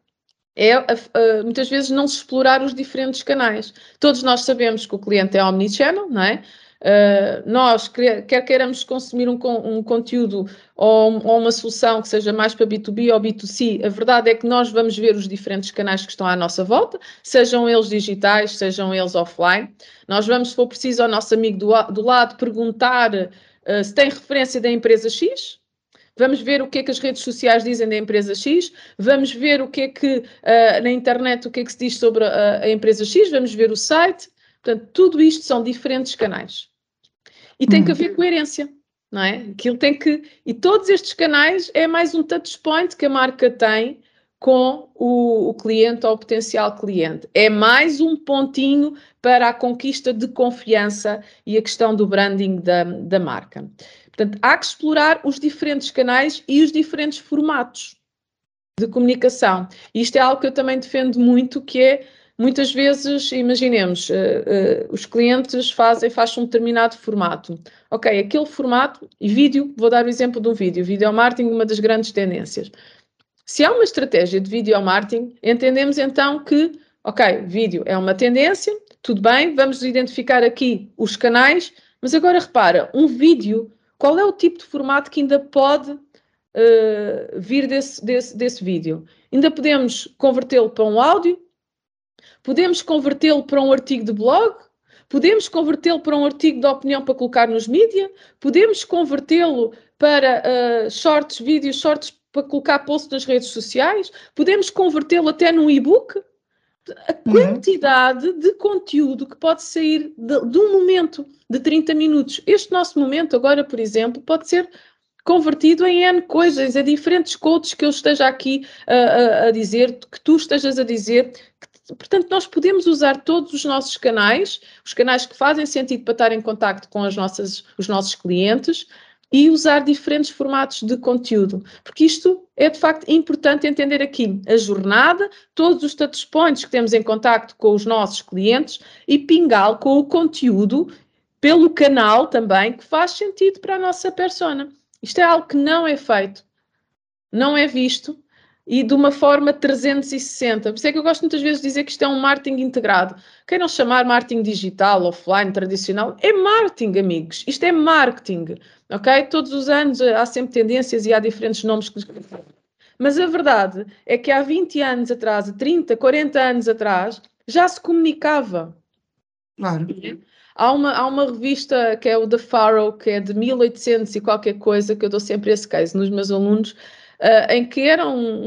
é muitas vezes não se explorar os diferentes canais. Todos nós sabemos que o cliente é omnichannel, não é? Nós, quer queiramos consumir um conteúdo ou uma solução que seja mais para B2B ou B2C, a verdade é que nós vamos ver os diferentes canais que estão à nossa volta, sejam eles digitais, sejam eles offline. Nós vamos, se for preciso, ao nosso amigo do lado perguntar se tem referência da empresa X. Vamos ver o que é que as redes sociais dizem da empresa X, vamos ver o que é que na internet, o que é que se diz sobre a empresa X, vamos ver o site. Portanto, tudo isto são diferentes canais. E tem que haver coerência, não é? Aquilo tem que... E todos estes canais é mais um touch point que a marca tem com o cliente ou o potencial cliente. É mais um pontinho para a conquista de confiança e a questão do branding da marca. Portanto, há que explorar os diferentes canais e os diferentes formatos de comunicação. E isto é algo que eu também defendo muito, que é, muitas vezes, imaginemos, os clientes fazem um determinado formato. Ok, aquele formato, e vídeo, vou dar o exemplo de um vídeo. Video marketing, uma das grandes tendências. Se há uma estratégia de video marketing, entendemos então que, ok, vídeo é uma tendência, tudo bem, vamos identificar aqui os canais, mas agora repara, um vídeo, qual é o tipo de formato que ainda pode vir desse vídeo? Ainda podemos convertê-lo para um áudio? Podemos convertê-lo para um artigo de blog? Podemos convertê-lo para um artigo de opinião para colocar nos mídia? Podemos convertê-lo para shorts, vídeos, shorts para colocar posts nas redes sociais? Podemos convertê-lo até num e-book? A quantidade de conteúdo que pode sair de um momento de 30 minutos. Este nosso momento agora, por exemplo, pode ser convertido em N coisas, a diferentes coaches que eu esteja aqui a dizer, que tu estejas a dizer. Portanto, nós podemos usar todos os nossos canais, os canais que fazem sentido para estar em contacto com os nossos clientes, e usar diferentes formatos de conteúdo, porque isto é de facto importante entender aqui a jornada, todos os touch points que temos em contacto com os nossos clientes e pingá-lo com o conteúdo pelo canal também que faz sentido para a nossa persona. Isto é algo que não é feito, não é visto e de uma forma 360. Por isso é que eu gosto muitas vezes de dizer que isto é um marketing integrado. Quem não chamar marketing digital, offline, tradicional, é marketing, amigos. Isto é marketing, ok? Todos os anos há sempre tendências e há diferentes nomes que... Mas a verdade é que há 20 anos atrás, 30, 40 anos atrás, já se comunicava. Claro. Há uma revista que é o The Faro, que é de 1800 e qualquer coisa, que eu dou sempre esse case nos meus alunos, em que era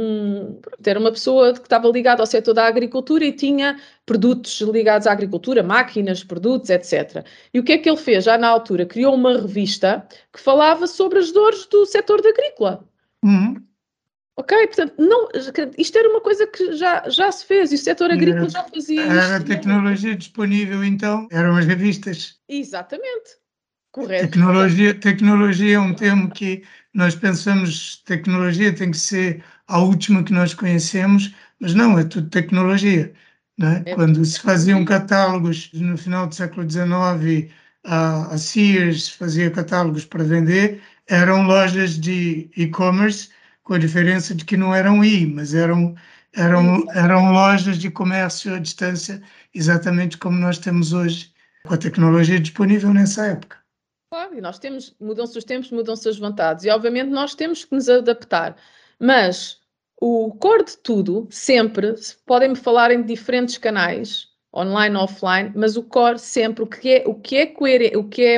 uma pessoa que estava ligada ao setor da agricultura e tinha produtos ligados à agricultura, máquinas, produtos, etc. E o que é que ele fez? Já na altura, criou uma revista que falava sobre as dores do setor da agrícola. Ok? Portanto, isto era uma coisa que já se fez e o setor agrícola já fazia isto. Era a tecnologia disponível, então, eram as revistas. Exatamente. Correto. Tecnologia é um termo que nós pensamos, tecnologia tem que ser a última que nós conhecemos, mas não, é tudo tecnologia, né? Quando se faziam catálogos no final do século XIX, a Sears fazia catálogos para vender, eram lojas de e-commerce, com a diferença de que não eram mas eram lojas de comércio à distância, exatamente como nós temos hoje, com a tecnologia disponível nessa época. Claro, e nós temos, mudam-se os tempos, mudam-se as vontades, e obviamente nós temos que nos adaptar, mas o core de tudo, sempre, podem-me falar em diferentes canais, online, offline, mas o core sempre, o que é coerente,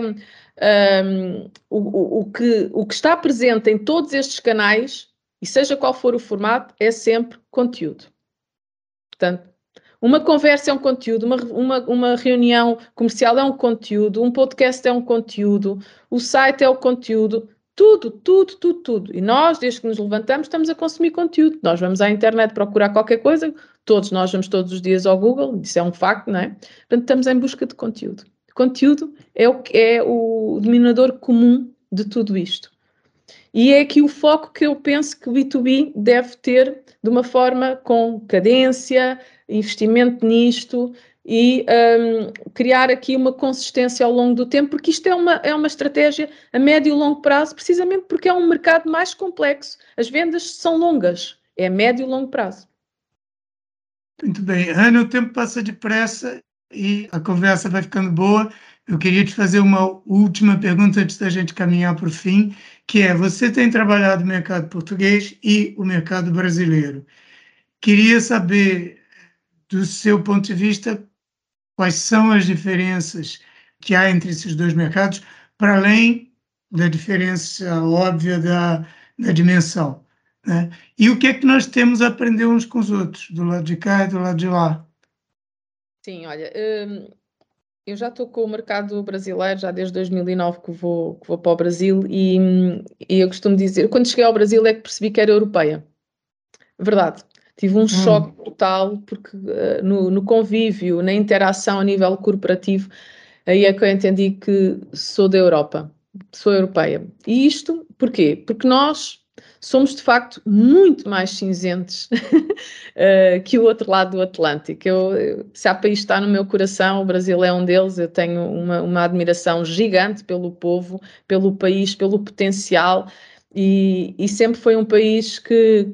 o que está presente em todos estes canais, e seja qual for o formato, é sempre conteúdo. Portanto, uma conversa é um conteúdo, uma reunião comercial é um conteúdo, um podcast é um conteúdo, o site é o conteúdo, tudo. E nós, desde que nos levantamos, estamos a consumir conteúdo. Nós vamos à internet procurar qualquer coisa, nós vamos todos os dias ao Google, isso é um facto, não é? Portanto, estamos em busca de conteúdo. Conteúdo é o denominador comum de tudo isto. E é aqui o foco que eu penso que o B2B deve ter de uma forma com cadência, investimento nisto e criar aqui uma consistência ao longo do tempo, porque isto é uma estratégia a médio e longo prazo, precisamente porque é um mercado mais complexo. As vendas são longas, é a médio e longo prazo. Muito bem. Ana, o tempo passa depressa e a conversa vai ficando boa. Eu queria te fazer uma última pergunta antes da gente caminhar para o fim, que é, você tem trabalhado no mercado português e o mercado brasileiro. Queria saber, do seu ponto de vista, quais são as diferenças que há entre esses dois mercados, para além da diferença óbvia da dimensão, né? E o que é que nós temos a aprender uns com os outros, do lado de cá e do lado de lá? Sim, olha, eu já estou com o mercado brasileiro, já desde 2009 que vou para o Brasil e eu costumo dizer, quando cheguei ao Brasil é que percebi que era europeia. Verdade. Tive um choque brutal, porque no convívio, na interação a nível corporativo, aí é que eu entendi que sou da Europa, sou europeia. E isto, porquê? Porque nós somos, de facto, muito mais cinzentos que o outro lado do Atlântico. Se há país que está no meu coração, o Brasil é um deles. Eu tenho uma admiração gigante pelo povo, pelo país, pelo potencial, e sempre foi um país que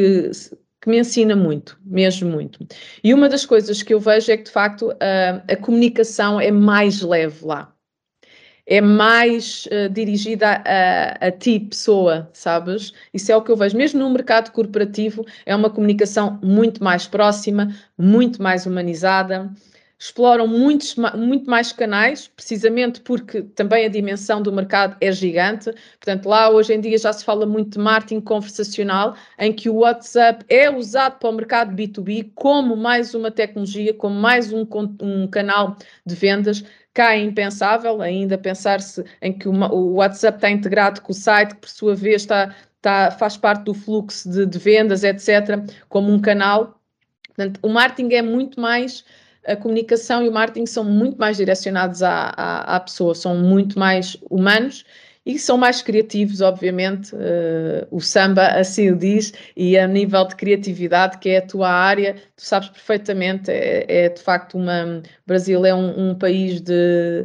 me ensina muito, mesmo muito. E uma das coisas que eu vejo é que, de facto, a comunicação é mais leve lá. É mais dirigida a ti, pessoa, sabes? Isso é o que eu vejo. Mesmo no mercado corporativo, é uma comunicação muito mais próxima, muito mais humanizada. Exploram muito mais canais, precisamente porque também a dimensão do mercado é gigante. Portanto, lá hoje em dia já se fala muito de marketing conversacional, em que o WhatsApp é usado para o mercado B2B como mais uma tecnologia, como mais um canal de vendas. Cá é impensável ainda pensar-se em que o WhatsApp está integrado com o site, que por sua vez faz parte do fluxo de vendas, etc., como um canal. Portanto, o marketing é muito mais, a comunicação e o marketing são muito mais direcionados à pessoa, são muito mais humanos e são mais criativos, obviamente. O samba assim o diz, e a nível de criatividade, que é a tua área, tu sabes perfeitamente, de facto o Brasil é um país de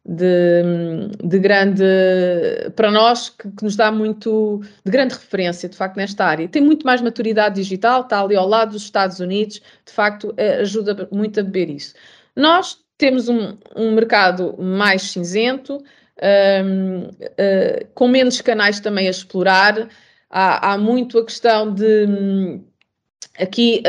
grande, para nós, que nos dá muito, de grande referência, de facto, nesta área. Tem muito mais maturidade digital, está ali ao lado dos Estados Unidos, de facto, ajuda muito a beber isso. Nós temos um mercado mais cinzento, com menos canais também a explorar. Há muito a questão de aqui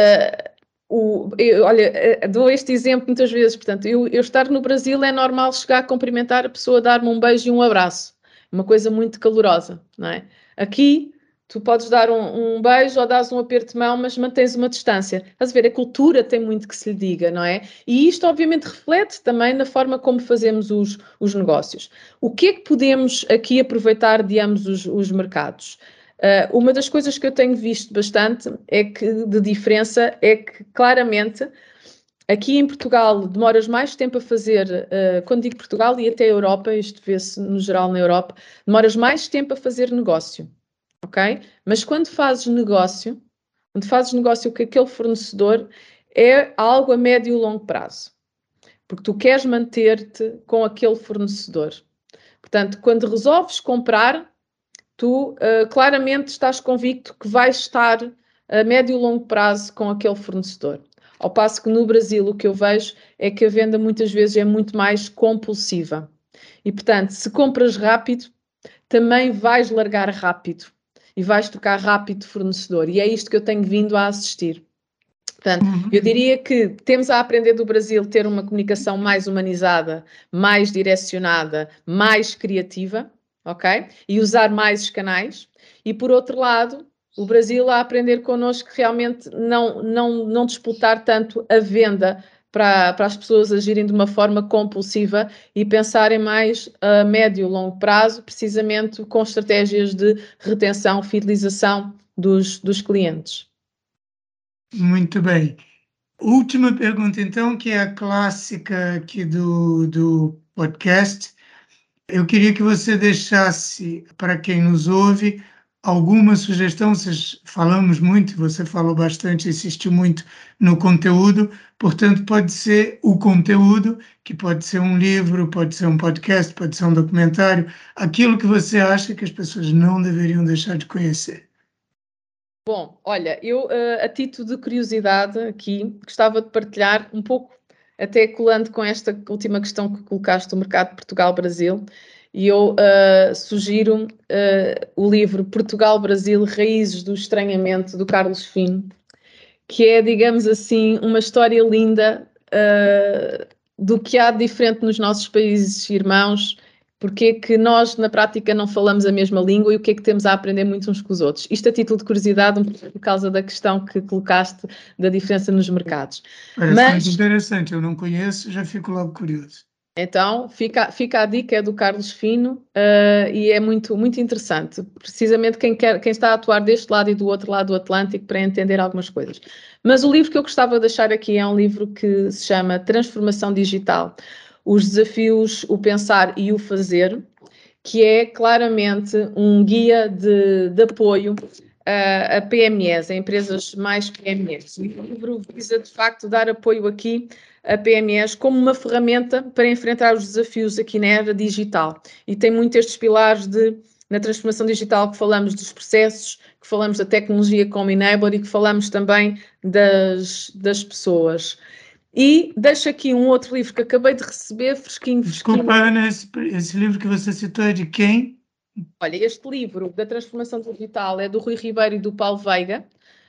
olha, dou este exemplo muitas vezes. Portanto, eu estar no Brasil é normal chegar a cumprimentar a pessoa, dar-me um beijo e um abraço, uma coisa muito calorosa, não é? Aqui tu podes dar um beijo ou dás um aperto de mão, mas mantens uma distância. Estás a ver? A cultura tem muito que se lhe diga, não é? E isto, obviamente, reflete também na forma como fazemos os negócios. O que é que podemos aqui aproveitar de ambos os mercados? Uma das coisas que eu tenho visto bastante de diferença é que, claramente, aqui em Portugal demoras mais tempo a fazer, quando digo Portugal e até a Europa, isto vê-se no geral na Europa, demoras mais tempo a fazer negócio. Ok? Mas quando fazes negócio, quando fazes negócio com aquele fornecedor, é algo a médio e longo prazo, porque tu queres manter-te com aquele fornecedor. Portanto, quando resolves comprar, tu claramente estás convicto que vais estar a médio e longo prazo com aquele fornecedor. Ao passo que no Brasil o que eu vejo é que a venda muitas vezes é muito mais compulsiva. E, portanto, se compras rápido, também vais largar rápido e vais trocar rápido de fornecedor. E é isto que eu tenho vindo a assistir. Portanto, eu diria que temos a aprender do Brasil ter uma comunicação mais humanizada, mais direcionada, mais criativa, ok? E usar mais os canais. E, por outro lado, o Brasil a aprender connosco que realmente não disputar tanto a venda para as pessoas agirem de uma forma compulsiva e pensarem mais a médio e longo prazo, precisamente com estratégias de retenção, fidelização dos clientes. Muito bem. Última pergunta, então, que é a clássica aqui do podcast. Eu queria que você deixasse para quem nos ouve alguma sugestão. Falamos muito, você falou bastante, insistiu muito no conteúdo, portanto, pode ser o conteúdo, que pode ser um livro, pode ser um podcast, pode ser um documentário, aquilo que você acha que as pessoas não deveriam deixar de conhecer. Bom, olha, eu, a título de curiosidade aqui, gostava de partilhar um pouco, até colando com esta última questão que colocaste do mercado de Portugal-Brasil, e eu sugiro o livro Portugal-Brasil, Raízes do Estranhamento, do Carlos Fino, que é, digamos assim, uma história linda do que há de diferente nos nossos países irmãos, porque é que nós, na prática, não falamos a mesma língua e o que é que temos a aprender muito uns com os outros. Isto a título de curiosidade, por causa da questão que colocaste da diferença nos mercados. Parece muito interessante, eu não conheço, já fico logo curioso. Então, fica a dica, é do Carlos Fino e é muito, muito interessante. Precisamente quem está a atuar deste lado e do outro lado do Atlântico para entender algumas coisas. Mas o livro que eu gostava de deixar aqui é um livro que se chama Transformação Digital, os desafios, o pensar e o fazer, que é claramente um guia de apoio a PMEs, a empresas mais PMEs. E o livro visa, de facto, dar apoio aqui a PMEs como uma ferramenta para enfrentar os desafios aqui na era digital. E tem muito estes pilares na transformação digital que falamos dos processos, que falamos da tecnologia como enabler e que falamos também das pessoas. E deixo aqui um outro livro que acabei de receber, fresquinho. Desculpa, Ana, esse livro que você citou é de quem? Olha, este livro da transformação digital é do Rui Ribeiro e do Paulo Veiga,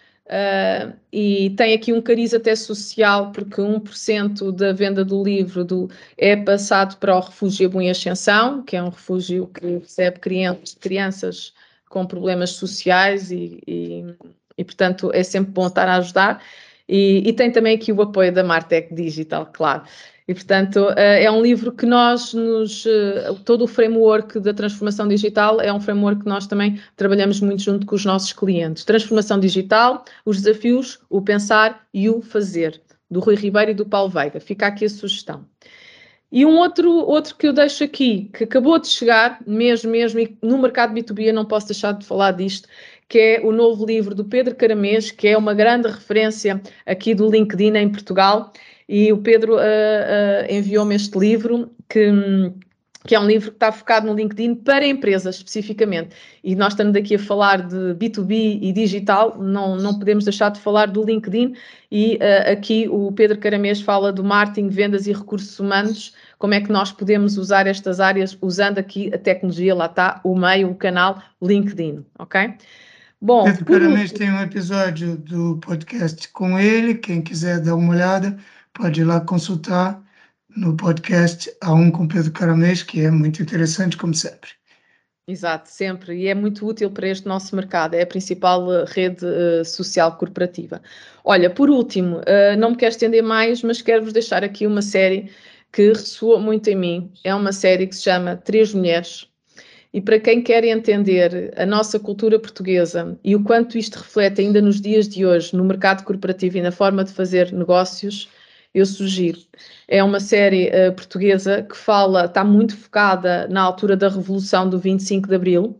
e tem aqui um cariz até social, porque 1% da venda do livro é passado para o Refúgio Abu em Ascensão, que é um refúgio que recebe crianças com problemas sociais e, portanto, é sempre bom estar a ajudar. E tem também aqui o apoio da Martech Digital, claro. E, portanto, é um livro que todo o framework da transformação digital é um framework que nós também trabalhamos muito junto com os nossos clientes. Transformação digital, os desafios, o pensar e o fazer, do Rui Ribeiro e do Paulo Veiga. Fica aqui a sugestão. E um outro que eu deixo aqui, que acabou de chegar, mesmo, e no mercado B2B eu não posso deixar de falar disto, que é o novo livro do Pedro Caramês, que é uma grande referência aqui do LinkedIn em Portugal, e o Pedro enviou-me este livro, que é um livro que está focado no LinkedIn para empresas, especificamente. E nós estamos aqui a falar de B2B e digital, não podemos deixar de falar do LinkedIn, e aqui o Pedro Caramês fala do marketing, vendas e recursos humanos, como é que nós podemos usar estas áreas usando aqui a tecnologia, lá está, o meio, o canal LinkedIn, ok? Bom, Pedro Caramês tem um episódio do podcast com ele, quem quiser dar uma olhada, pode ir lá consultar no podcast A1 com Pedro Caramês, que é muito interessante, como sempre. Exato, sempre, e é muito útil para este nosso mercado, é a principal rede social corporativa. Olha, por último, não me quero estender mais, mas quero-vos deixar aqui uma série que ressoa muito em mim. É uma série que se chama Três Mulheres, e para quem quer entender a nossa cultura portuguesa e o quanto isto reflete ainda nos dias de hoje no mercado corporativo e na forma de fazer negócios, eu sugiro. É uma série portuguesa que está muito focada na altura da Revolução do 25 de Abril,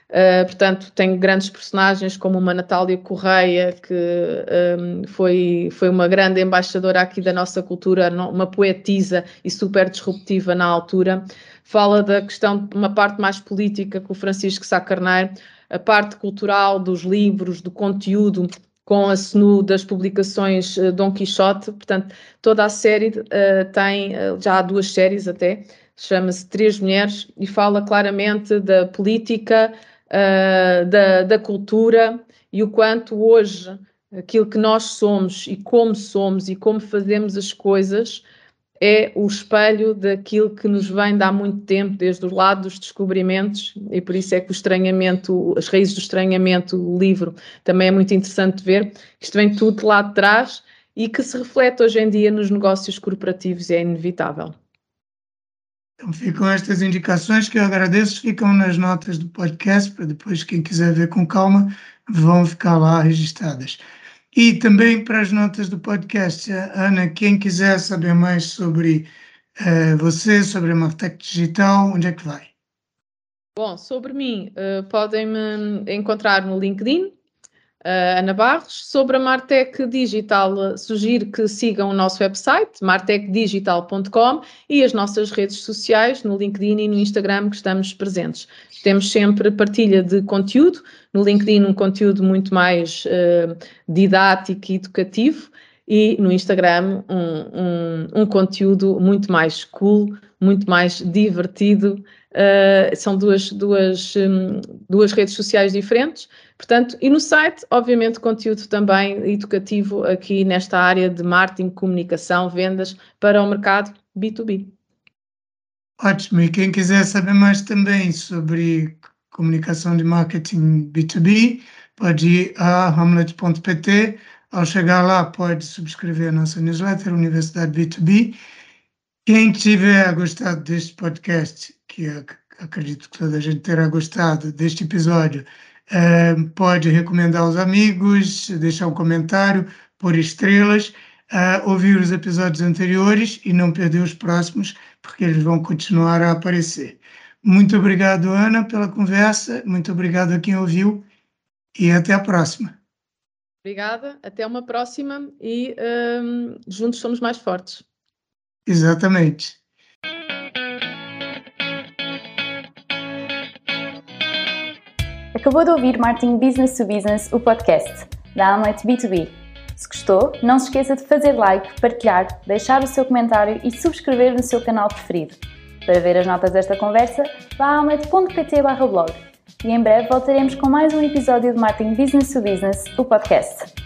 Portanto, tenho grandes personagens como uma Natália Correia, que foi uma grande embaixadora aqui da nossa cultura, uma poetisa e super disruptiva na altura. Fala da questão de uma parte mais política com o Francisco Sá Carneiro, a parte cultural dos livros, do conteúdo, com a SNU das publicações Dom Quixote. Portanto, toda a série tem, já há 2 séries até, chama-se Três Mulheres, e fala claramente da política, da cultura, e o quanto hoje aquilo que nós somos e como fazemos as coisas é o espelho daquilo que nos vem de há muito tempo, desde o lado dos descobrimentos, e por isso é que o estranhamento, as raízes do estranhamento, o livro, também é muito interessante de ver. Isto vem tudo lá de trás e que se reflete hoje em dia nos negócios corporativos e é inevitável. Então ficam estas indicações que eu agradeço, ficam nas notas do podcast, para depois quem quiser ver com calma, vão ficar lá registradas. E também para as notas do podcast, Ana, quem quiser saber mais sobre você, sobre a Martech Digital, onde é que vai? Bom, sobre mim, podem-me encontrar no LinkedIn, Ana Barros. Sobre a Martech Digital, sugiro que sigam o nosso website, martechdigital.com, e as nossas redes sociais, no LinkedIn e no Instagram, que estamos presentes. Temos sempre partilha de conteúdo, no LinkedIn um conteúdo muito mais didático e educativo, e no Instagram um conteúdo muito mais cool, muito mais divertido. São duas redes sociais diferentes, portanto, e no site, obviamente, conteúdo também educativo aqui nesta área de marketing, comunicação, vendas para o mercado B2B. Ótimo, e quem quiser saber mais também sobre comunicação de marketing B2B, pode ir a hamlet.pt. Ao chegar lá, pode subscrever a nossa newsletter, Universidade B2B. Quem tiver gostado deste podcast, que eu acredito que toda a gente terá gostado deste episódio, pode recomendar aos amigos, deixar um comentário, pôr estrelas, ouvir os episódios anteriores e não perder os próximos, porque eles vão continuar a aparecer. Muito obrigado, Ana, pela conversa, muito obrigado a quem ouviu e até a próxima. Obrigada, até uma próxima e juntos somos mais fortes. Exatamente. Acabou de ouvir Marketing Business to Business, o podcast da Hamlet B2B. Se gostou, não se esqueça de fazer like, partilhar, deixar o seu comentário e subscrever no seu canal preferido. Para ver as notas desta conversa, vá a hamlet.pt/blog. E em breve voltaremos com mais um episódio de Marketing Business to Business, o podcast.